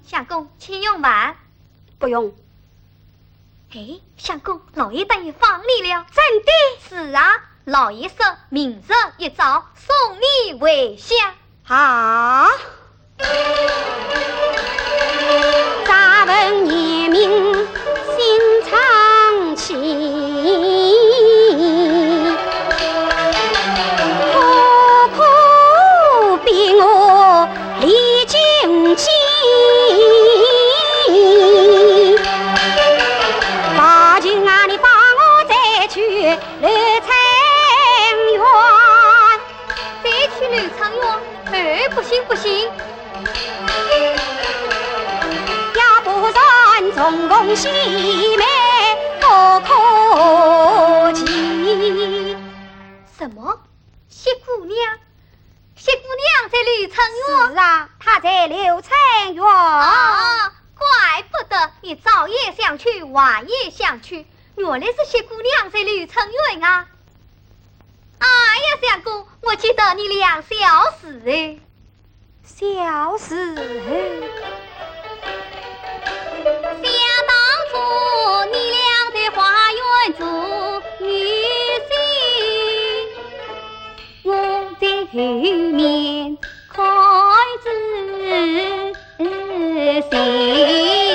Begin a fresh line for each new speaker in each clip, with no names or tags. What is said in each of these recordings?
相公，请用饭。
不用。
哎，相公，老爷等于放你了。
真的？
是啊，老爷说明日一早送你回乡。
啊！乍闻夜明心常起，苦苦逼我离京西。抱紧啊，你放我再去刘城院，
再去刘城院？哎，不行不行。
重逢喜妹不可及。
什么？谢姑娘？谢姑娘在刘城院？
是啊，她在刘城院。
啊，怪不得你早也想去，晚也想去，原来是谢姑娘在刘城院啊！哎呀，相公，我记得你俩小时哎，
小时。
想当初你俩在花园做女婿，我在后面看仔细，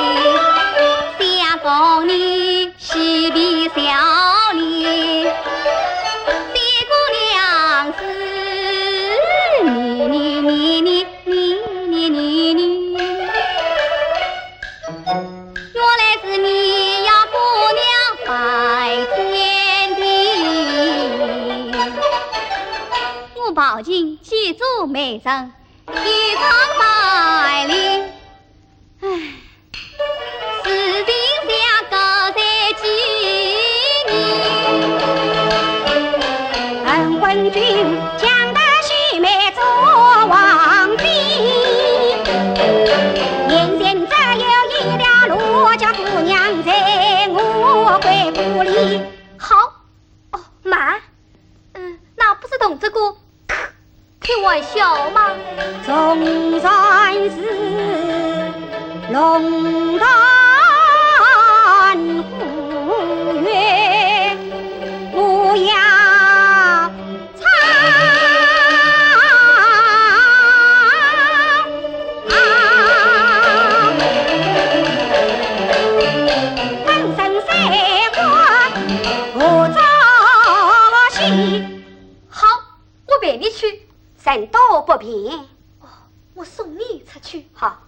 相公你嬉皮笑脸，谢姑娘是你。原来是你呀，姑娘拜天地。我抱紧记住美人，一场百里。唉，事情相隔才几年。
恩昏君将得须眉做王妃，眼前只有一条路，叫姑娘在我归故里。
好，哦，慢，那不是同这个开玩笑吗？
纵然是龙潭虎穴，我要分身三关我朝夕。
好，我陪你去。
人多不便，
哦，我送你出去。
好。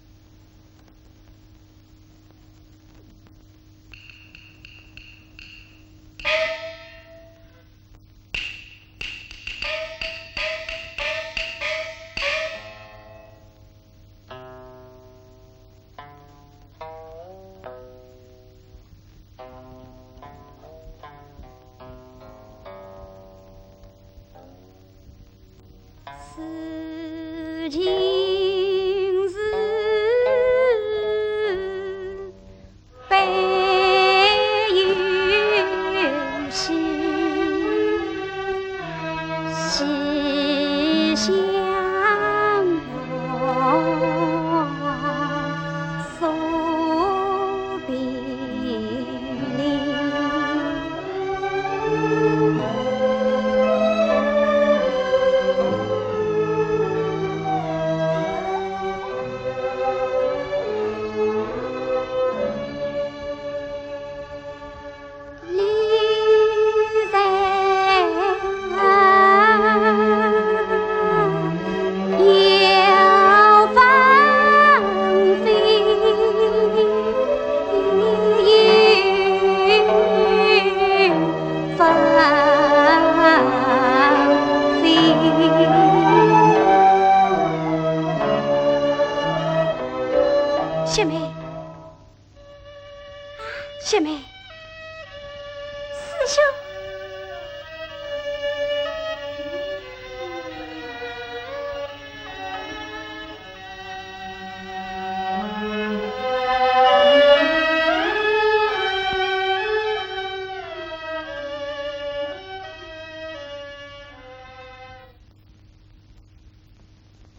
此情是悲与喜，喜相拥，诉别离。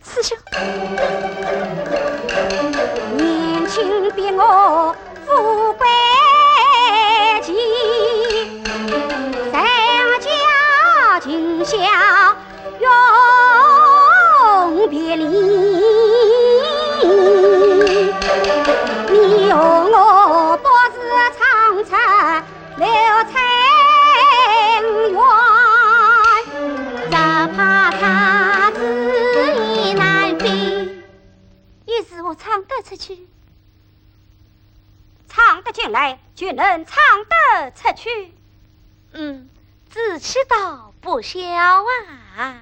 师兄，年轻比我富贵气，上家今宵永别离。你和我不是长出流尘缘，只怕他知意难飞。于是我唱得出去，唱得进来就能唱得出去。
志气倒不小啊！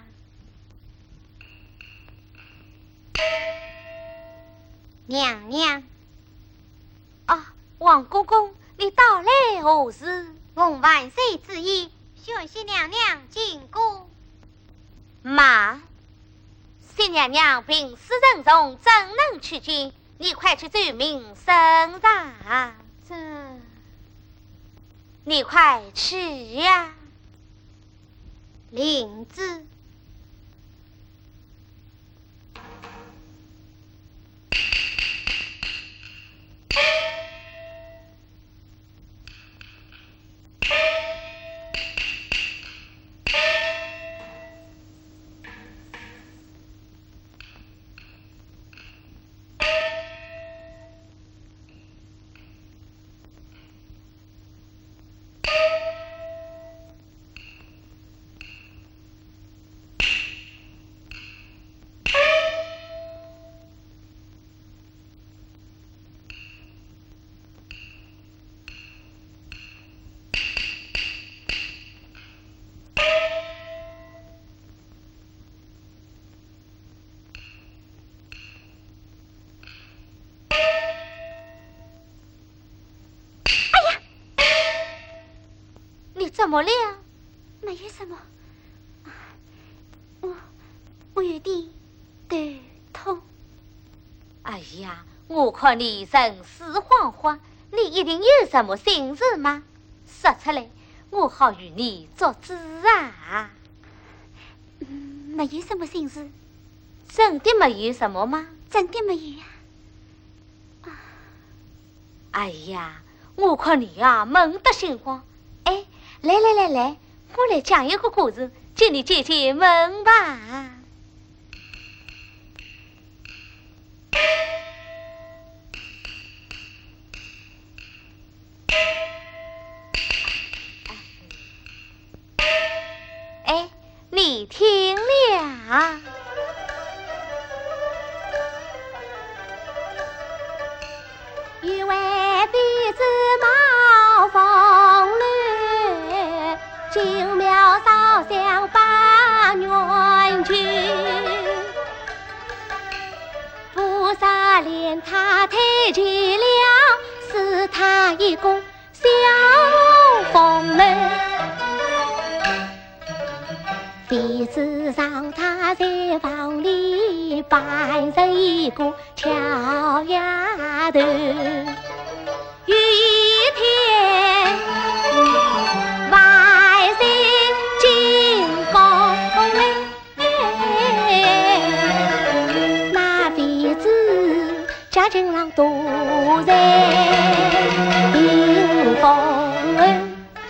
娘娘，
啊，王公公，你到来何事？
奉万岁之意，宣谢娘娘进宫。
妈，谢娘娘平时任重，怎能取经？你快去奏明圣上。你快去呀！
领旨。
怎么了？
没有什么，我有点头痛。
哎呀，我看你人事惶惶，你一定有什么心事吗？说出来，我好与你做主啊。
没有什么心事。
真的没有什么吗？
真的没有啊。
哎呀，我看你啊，闷得心慌。哎，来，我来讲一个故事，叫你解解闷吧。哎，你听了。
一位弟子冒风雨，九庙烧香把缘聚，菩萨怜他太凄凉，赐他一个小风门。弟子让他在房里扮成一个俏丫头，有一天万岁进宫，那妃子家境郎多在迎风，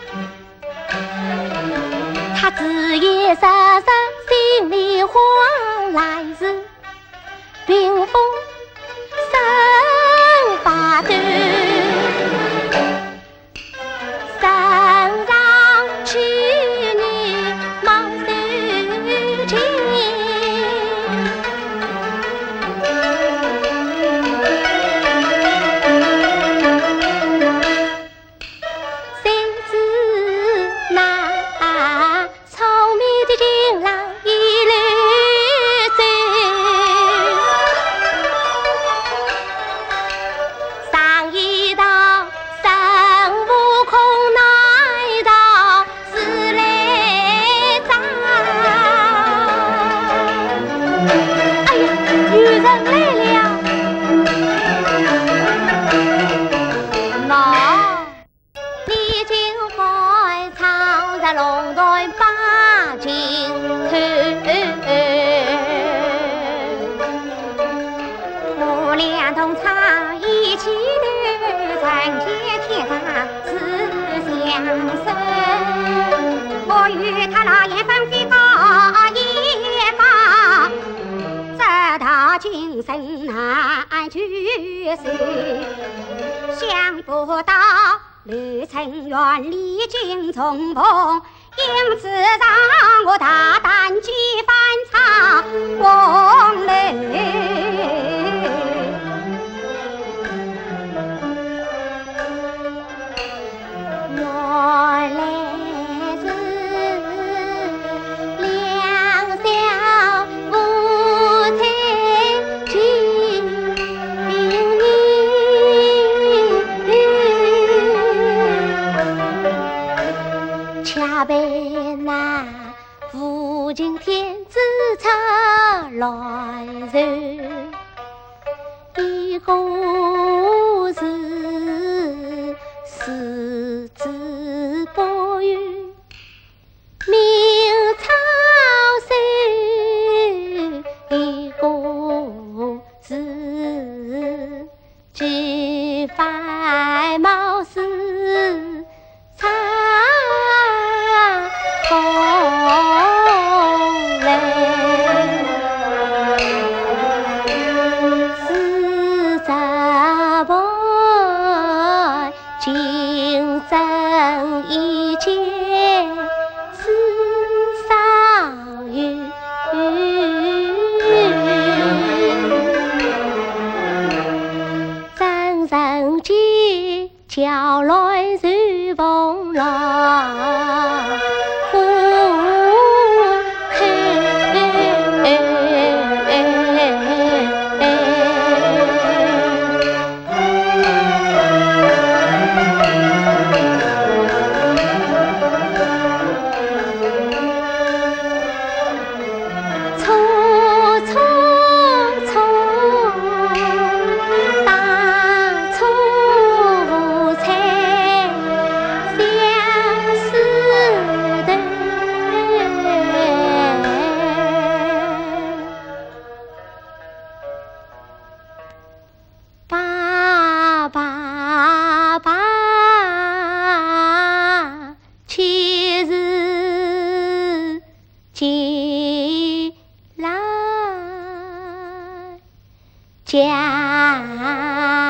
他只一时时心里慌，来时冰封生发抖，身上去女忙手轻， 西段人间天上是相守。我与他老爷分飞高一方，直到今生难聚首。想不到刘成元历经重逢，因此让我大胆几番唱红楼。原来是两小无猜情人，恰被那父亲天子差来人，一个是世子伯玉明朝首，一个是几番貌似长风雷，是这婆今生一见世上有，真人间叫来随风浪，将